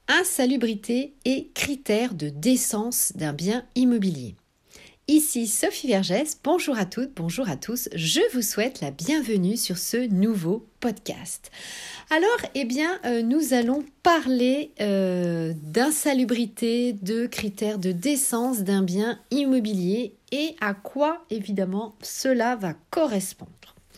Insalubrité et critères de décence d'un bien immobilier. Ici Sophie Vergès, bonjour à toutes, bonjour à tous, je vous souhaite la bienvenue sur ce nouveau podcast. Alors, nous allons parler d'insalubrité, de critères de décence d'un bien immobilier et à quoi évidemment cela va correspondre.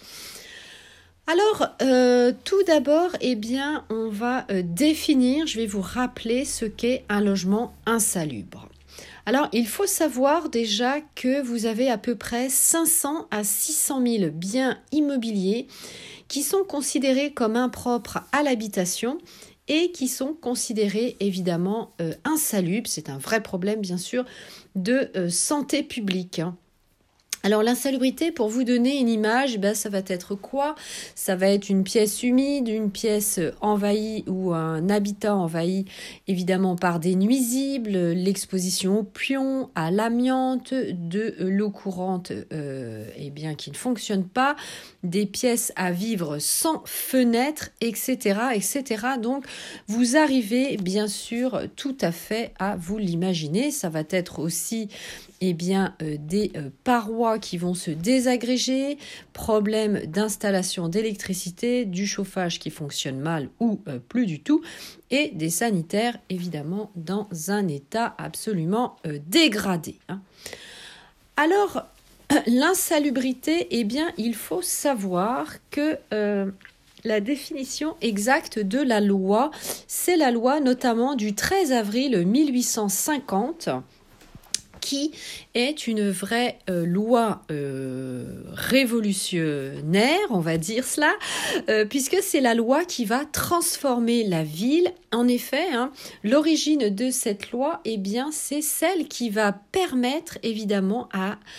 Alors, tout d'abord, on va définir, je vais vous rappeler ce qu'est un logement insalubre. Alors, il faut savoir déjà que vous avez à peu près 500 à 600 000 biens immobiliers qui sont considérés comme impropres à l'habitation et qui sont considérés évidemment insalubres. C'est un vrai problème, bien sûr, de santé publique. Alors l'insalubrité, pour vous donner une image, ça va être quoi ? Ça va être une pièce humide, une pièce envahie ou un habitat envahi évidemment par des nuisibles, l'exposition au pion, à l'amiante, de l'eau courante qui ne fonctionne pas, des pièces à vivre sans fenêtre, etc., etc. Donc vous arrivez bien sûr tout à fait à vous l'imaginer. Ça va être aussi des parois qui vont se désagréger, problème d'installation d'électricité, du chauffage qui fonctionne mal ou plus du tout, et des sanitaires évidemment dans un état absolument dégradé. Alors, l'insalubrité, il faut savoir que la définition exacte de la loi, c'est la loi notamment du 13 avril 1850, qui est une vraie loi révolutionnaire, on va dire cela, puisque c'est la loi qui va transformer la ville. En effet, l'origine de cette loi, c'est celle qui va permettre évidemment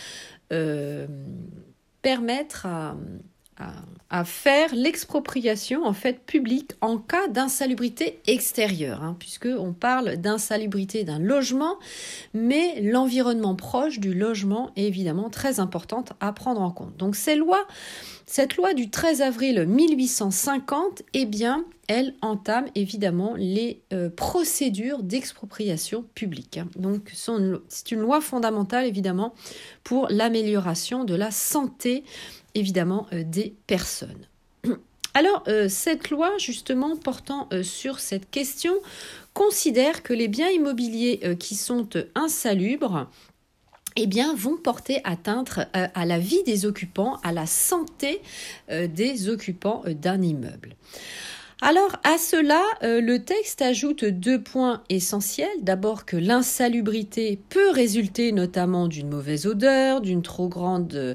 à faire l'expropriation publique en cas d'insalubrité extérieure, puisqu'on parle d'insalubrité d'un logement, mais l'environnement proche du logement est évidemment très importante à prendre en compte. Donc cette loi du 13 avril 1850, elle entame évidemment les procédures d'expropriation publique. Donc c'est une loi fondamentale évidemment pour l'amélioration de la santé évidemment des personnes. Alors, cette loi, justement, portant sur cette question, considère que les biens immobiliers qui sont insalubres vont porter atteinte à la vie des occupants, à la santé des occupants d'un immeuble. Alors, à cela, le texte ajoute 2 points essentiels. D'abord, que l'insalubrité peut résulter notamment d'une mauvaise odeur, un trop grand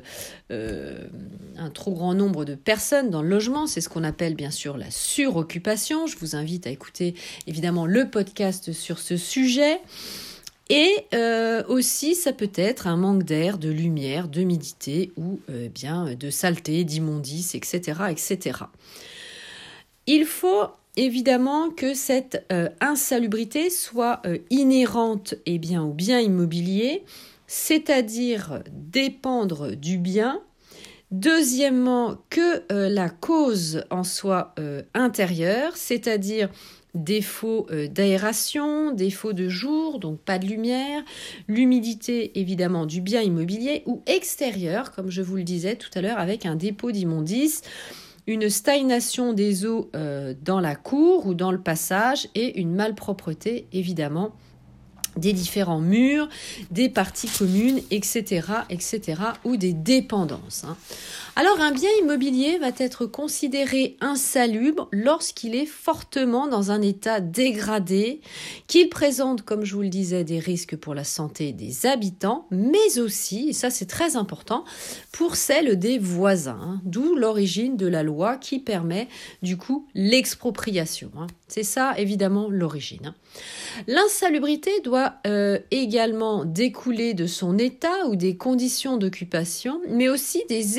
nombre de personnes dans le logement. C'est ce qu'on appelle bien sûr la suroccupation. Je vous invite à écouter évidemment le podcast sur ce sujet. Et aussi, ça peut être un manque d'air, de lumière, d'humidité ou de saleté, d'immondices, etc., etc. Il faut évidemment que cette insalubrité soit inhérente au bien immobilier, c'est-à-dire dépendre du bien. Deuxièmement, que la cause en soit intérieure, c'est-à-dire défaut d'aération, défaut de jour, donc pas de lumière, l'humidité évidemment du bien immobilier ou extérieure, comme je vous le disais tout à l'heure, avec un dépôt d'immondices, une stagnation des eaux dans la cour ou dans le passage et une malpropreté évidemment des différents murs, des parties communes, etc., ou des dépendances. Alors, un bien immobilier va être considéré insalubre lorsqu'il est fortement dans un état dégradé, qu'il présente, comme je vous le disais, des risques pour la santé des habitants, mais aussi, et ça c'est très important, pour celle des voisins, d'où l'origine de la loi qui permet du coup l'expropriation. C'est ça évidemment l'origine. L'insalubrité doit également découler de son état ou des conditions d'occupation, mais aussi des expositions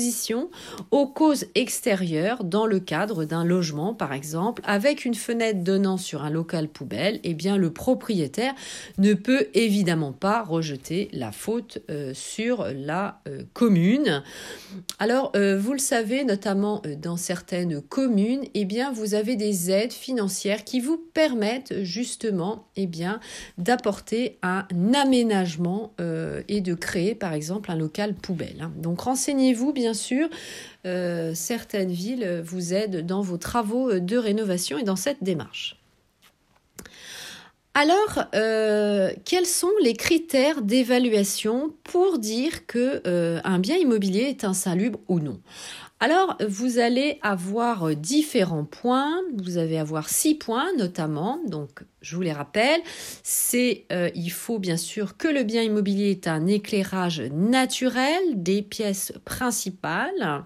d'exposition aux causes extérieures dans le cadre d'un logement, par exemple, avec une fenêtre donnant sur un local poubelle, eh bien, le propriétaire ne peut évidemment pas rejeter la faute sur la commune. Alors, vous le savez, notamment dans certaines communes, eh bien, vous avez des aides financières qui vous permettent justement, eh bien, d'apporter un aménagement et de créer, par exemple, un local poubelle. Donc, renseignez-vous, bien sûr. Certaines villes vous aident dans vos travaux de rénovation et dans cette démarche. Alors, quels sont les critères d'évaluation pour dire qu'un bien immobilier est insalubre ou non ? Alors, vous allez avoir différents points. Vous allez avoir 6 points notamment. Donc, je vous les rappelle. Il faut bien sûr que le bien immobilier ait un éclairage naturel des pièces principales.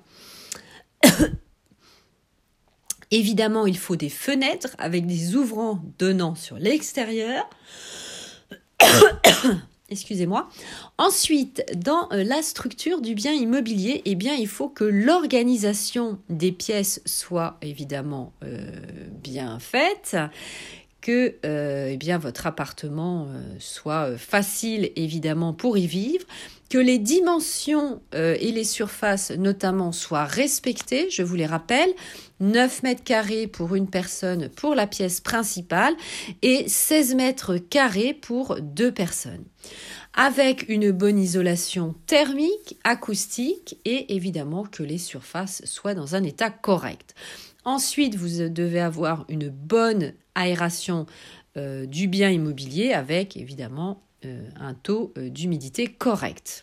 Évidemment, il faut des fenêtres avec des ouvrants donnant sur l'extérieur. Excusez-moi. Ensuite, dans la structure du bien immobilier, eh bien, il faut que l'organisation des pièces soit évidemment bien faite, que eh bien, votre appartement soit facile évidemment pour y vivre, que les dimensions et les surfaces notamment soient respectées, je vous les rappelle, 9 mètres carrés pour une personne pour la pièce principale et 16 mètres carrés pour 2 personnes. Avec une bonne isolation thermique, acoustique et évidemment que les surfaces soient dans un état correct. Ensuite, vous devez avoir une bonne aération du bien immobilier avec évidemment un taux d'humidité correct.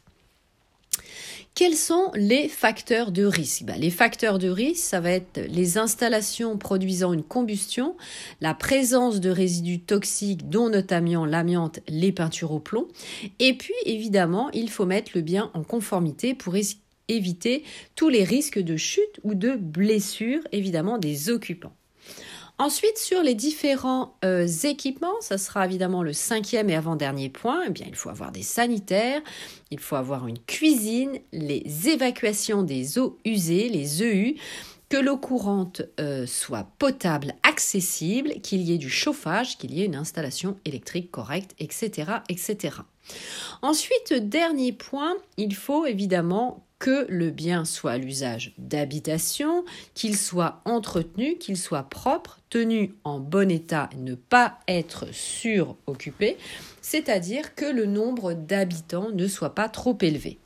Quels sont les facteurs de risque ? Les facteurs de risque, ça va être les installations produisant une combustion, la présence de résidus toxiques dont notamment l'amiante, les peintures au plomb. Et puis évidemment, il faut mettre le bien en conformité pour éviter tous les risques de chute ou de blessure évidemment des occupants. Ensuite, sur les différents équipements, ça sera évidemment le 5e et avant-dernier point. Eh bien, il faut avoir des sanitaires, il faut avoir une cuisine, les évacuations des eaux usées, les EU, que l'eau courante soit potable, accessible, qu'il y ait du chauffage, qu'il y ait une installation électrique correcte, etc., etc. Ensuite, dernier point, il faut évidemment que le bien soit à l'usage d'habitation, qu'il soit entretenu, qu'il soit propre, tenu en bon état, ne pas être suroccupé, c'est-à-dire que le nombre d'habitants ne soit pas trop élevé.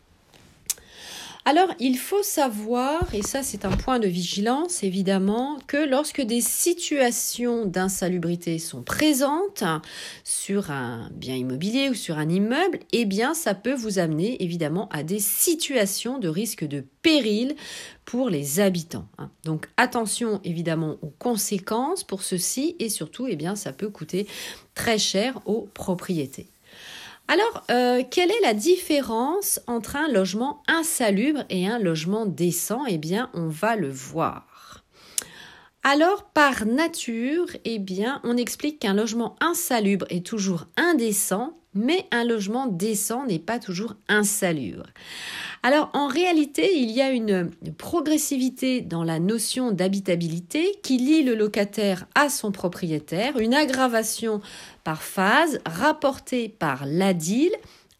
Alors, il faut savoir, et ça c'est un point de vigilance évidemment, que lorsque des situations d'insalubrité sont présentes sur un bien immobilier ou sur un immeuble, eh bien ça peut vous amener évidemment à des situations de risque de péril pour les habitants. Donc attention évidemment aux conséquences pour ceci et surtout, eh bien, ça peut coûter très cher aux propriétés. Alors, quelle est la différence entre un logement insalubre et un logement décent ? Eh bien, on va le voir. Alors, par nature, eh bien, on explique qu'un logement insalubre est toujours indécent, mais un logement décent n'est pas toujours insalubre. Alors, en réalité, il y a une progressivité dans la notion d'habitabilité qui lie le locataire à son propriétaire, une aggravation par phase rapportée par l'ADIL,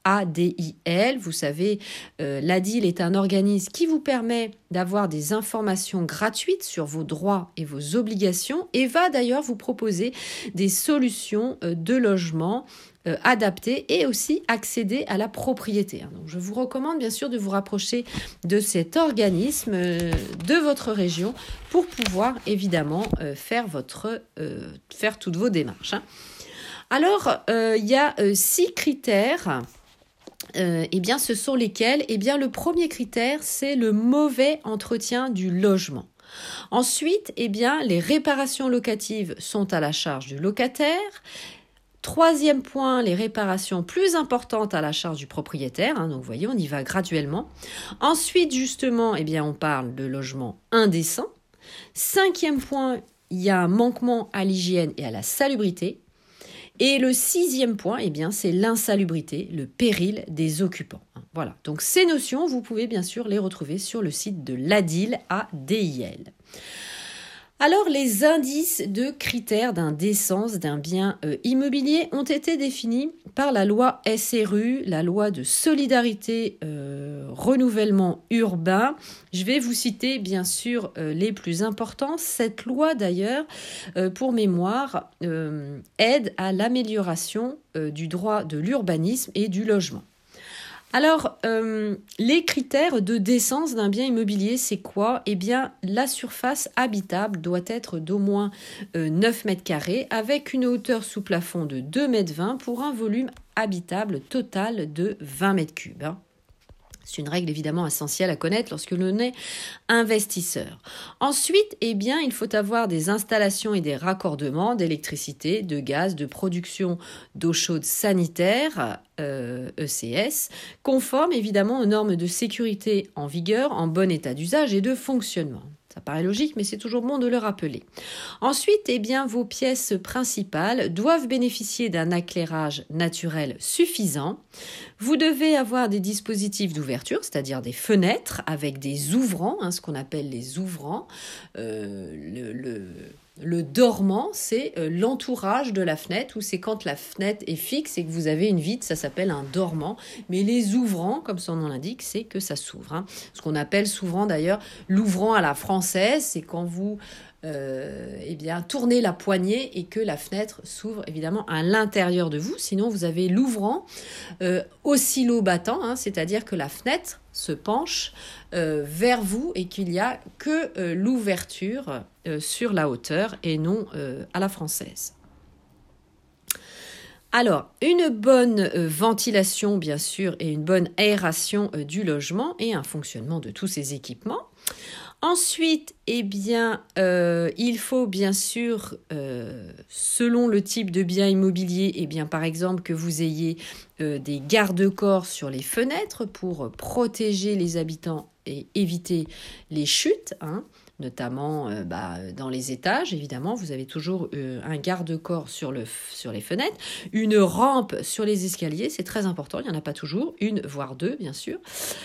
ADIL. Vous savez, l'ADIL est un organisme qui vous permet d'avoir des informations gratuites sur vos droits et vos obligations et va d'ailleurs vous proposer des solutions de logement adapter et aussi accéder à la propriété. Donc, je vous recommande bien sûr de vous rapprocher de cet organisme de votre région pour pouvoir évidemment faire toutes vos démarches. Alors, il y a 6 critères. Eh bien, ce sont lesquels ? Eh bien, le premier critère, c'est le mauvais entretien du logement. Ensuite, eh bien, les réparations locatives sont à la charge du locataire. Troisième point, les réparations plus importantes à la charge du propriétaire. Donc, vous voyez, on y va graduellement. Ensuite, justement, eh bien, on parle de logement indécent. 5e point, il y a un manquement à l'hygiène et à la salubrité. Et le 6e point, eh bien, c'est l'insalubrité, le péril des occupants. Voilà, donc ces notions, vous pouvez bien sûr les retrouver sur le site de l'ADIL, ADIL. Alors, les indices de critères d'indécence d'un bien immobilier ont été définis par la loi SRU, la loi de solidarité renouvellement urbain. Je vais vous citer bien sûr les plus importants. Cette loi d'ailleurs, pour mémoire, aide à l'amélioration du droit de l'urbanisme et du logement. Alors, les critères de décence d'un bien immobilier, c'est quoi ? Eh bien, la surface habitable doit être d'au moins 9 mètres carrés avec une hauteur sous plafond de 2,20 mètres pour un volume habitable total de 20 mètres cubes. C'est une règle évidemment essentielle à connaître lorsque l'on est investisseur. Ensuite, eh bien, il faut avoir des installations et des raccordements d'électricité, de gaz, de production d'eau chaude sanitaire, ECS, conformes évidemment aux normes de sécurité en vigueur, en bon état d'usage et de fonctionnement. Ça paraît logique, mais c'est toujours bon de le rappeler. Ensuite, eh bien, vos pièces principales doivent bénéficier d'un éclairage naturel suffisant. Vous devez avoir des dispositifs d'ouverture, c'est-à-dire des fenêtres avec des ouvrants, ce qu'on appelle les ouvrants. Le dormant, c'est l'entourage de la fenêtre, ou c'est quand la fenêtre est fixe et que vous avez une vitre, ça s'appelle un dormant. Mais les ouvrants, comme son nom l'indique, c'est que ça s'ouvre. Ce qu'on appelle souvent d'ailleurs l'ouvrant à la française, c'est quand vous tournez la poignée et que la fenêtre s'ouvre évidemment à l'intérieur de vous. Sinon, vous avez l'ouvrant oscillo-battant, c'est-à-dire que la fenêtre se penche vers vous et qu'il n'y a que l'ouverture sur la hauteur et non à la française. Alors, une bonne ventilation, bien sûr, et une bonne aération du logement et un fonctionnement de tous ces équipements. Ensuite, eh bien, il faut bien sûr, selon le type de bien immobilier, eh bien, par exemple, que vous ayez des garde-corps sur les fenêtres pour protéger les habitants et éviter les chutes, notamment dans les étages, évidemment, vous avez toujours un garde-corps sur les fenêtres, une rampe sur les escaliers, c'est très important, il n'y en a pas toujours, une voire deux, bien sûr.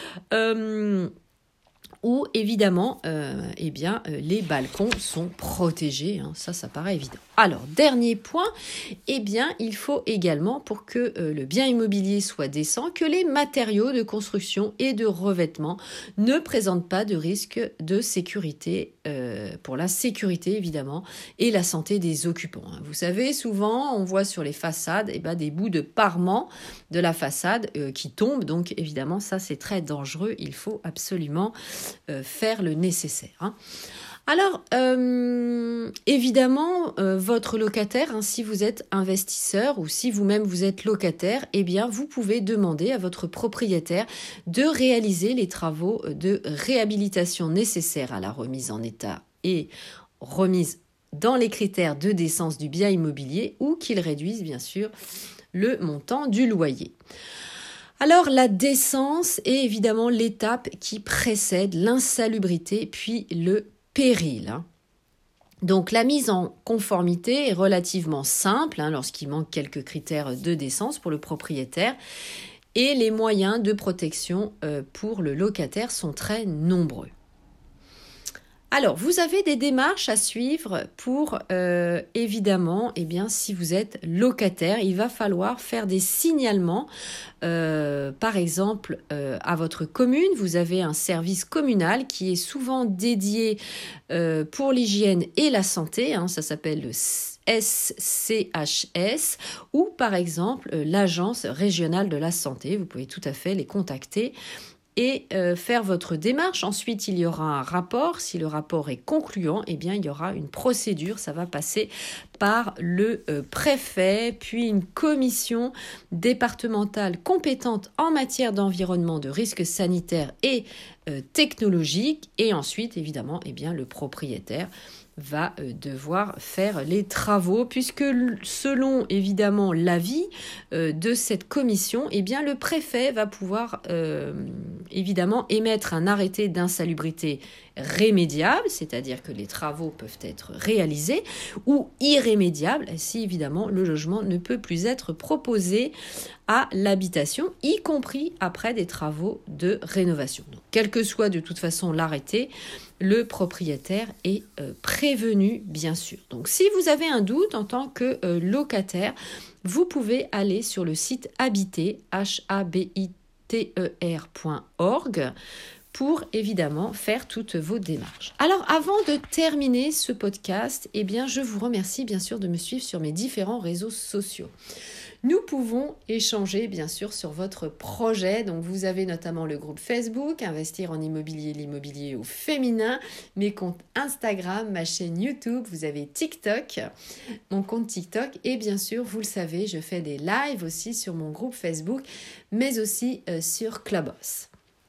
Où évidemment, les balcons sont protégés. Ça paraît évident. Alors, dernier point, il faut également, pour que le bien immobilier soit décent, que les matériaux de construction et de revêtement ne présentent pas de risque de sécurité, pour la sécurité évidemment, et la santé des occupants. Vous savez, souvent, on voit sur les façades des bouts de parement de la façade qui tombent. Donc, évidemment, ça, c'est très dangereux. Il faut absolument faire le nécessaire. Alors, évidemment, votre locataire, si vous êtes investisseur ou si vous-même vous êtes locataire, vous pouvez demander à votre propriétaire de réaliser les travaux de réhabilitation nécessaires à la remise en état et remise dans les critères de décence du bien immobilier ou qu'il réduise, bien sûr, le montant du loyer. Alors, la décence est évidemment l'étape qui précède l'insalubrité puis le péril. Donc, la mise en conformité est relativement simple lorsqu'il manque quelques critères de décence pour le propriétaire et les moyens de protection pour le locataire sont très nombreux. Alors, vous avez des démarches à suivre pour, évidemment, si vous êtes locataire, il va falloir faire des signalements. Par exemple, à votre commune, vous avez un service communal qui est souvent dédié pour l'hygiène et la santé. Ça s'appelle le SCHS ou, par exemple, l'Agence régionale de la santé. Vous pouvez tout à fait les contacter et faire votre démarche. Ensuite, il y aura un rapport. Si le rapport est concluant, il y aura une procédure. Ça va passer par le préfet, puis une commission départementale compétente en matière d'environnement, de risques sanitaires et technologiques. Et ensuite, évidemment, le propriétaire va devoir faire les travaux, puisque selon évidemment l'avis de cette commission, eh bien, le préfet va pouvoir évidemment émettre un arrêté d'insalubrité rémédiable, c'est-à-dire que les travaux peuvent être réalisés, ou irrémédiable, si évidemment le logement ne peut plus être proposé à l'habitation, y compris après des travaux de rénovation. Donc, quel que soit de toute façon l'arrêté, le propriétaire est prévenu, bien sûr. Donc, si vous avez un doute en tant que locataire, vous pouvez aller sur le site habiter, habiter.org, pour évidemment faire toutes vos démarches. Alors avant de terminer ce podcast, eh bien, je vous remercie bien sûr de me suivre sur mes différents réseaux sociaux. Nous pouvons échanger bien sûr sur votre projet. Donc vous avez notamment le groupe Facebook, Investir en immobilier, l'immobilier au féminin, mes comptes Instagram, ma chaîne YouTube, vous avez TikTok, mon compte TikTok et bien sûr, vous le savez, je fais des lives aussi sur mon groupe Facebook, mais aussi sur Clubhouse.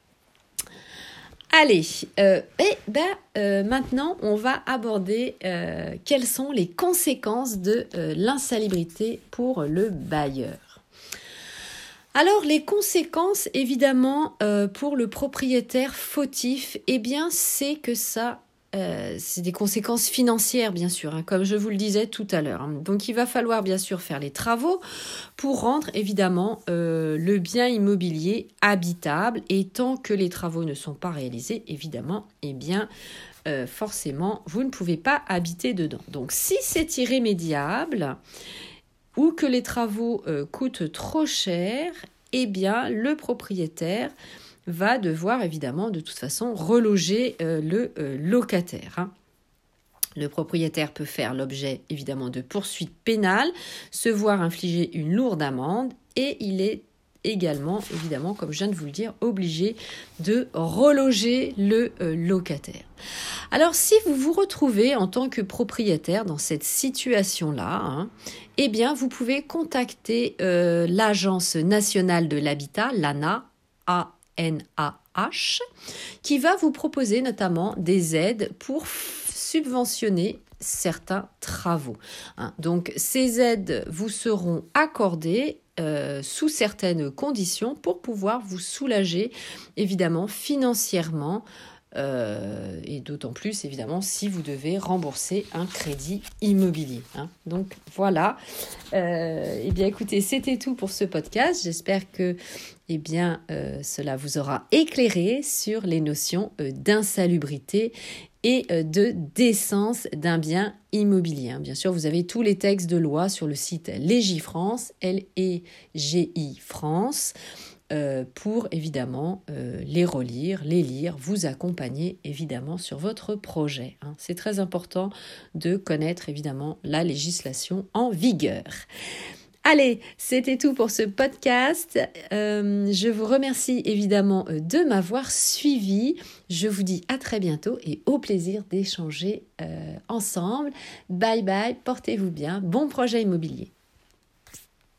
Allez, maintenant, on va aborder quelles sont les conséquences de l'insalubrité pour le bailleur. Alors, les conséquences, évidemment, pour le propriétaire fautif, eh bien, c'est que ça, c'est des conséquences financières, bien sûr, comme je vous le disais tout à l'heure. Donc, il va falloir, bien sûr, faire les travaux pour rendre, évidemment, le bien immobilier habitable. Et tant que les travaux ne sont pas réalisés, évidemment, eh bien, forcément, vous ne pouvez pas habiter dedans. Donc, si c'est irrémédiable ou que les travaux coûtent trop cher, eh bien, le propriétaire va devoir évidemment de toute façon reloger le locataire. Le propriétaire peut faire l'objet évidemment de poursuites pénales, se voir infliger une lourde amende et il est également évidemment, comme je viens de vous le dire, obligé de reloger le locataire. Alors si vous vous retrouvez en tant que propriétaire dans cette situation-là, eh bien vous pouvez contacter l'Agence nationale de l'habitat, l'ANAH, NAH, qui va vous proposer notamment des aides pour subventionner certains travaux. Donc, ces aides vous seront accordées sous certaines conditions pour pouvoir vous soulager, évidemment, financièrement, et d'autant plus, évidemment, si vous devez rembourser un crédit immobilier. Donc, voilà. Eh bien, écoutez, c'était tout pour ce podcast. J'espère que cela vous aura éclairé sur les notions d'insalubrité et de décence d'un bien immobilier. Bien sûr, vous avez tous les textes de loi sur le site Légifrance, L-E-G-I France, pour évidemment les relire, les lire, vous accompagner évidemment sur votre projet. C'est très important de connaître évidemment la législation en vigueur. Allez, c'était tout pour ce podcast. Je vous remercie évidemment de m'avoir suivi. Je vous dis à très bientôt et au plaisir d'échanger ensemble. Bye bye, portez-vous bien. Bon projet immobilier.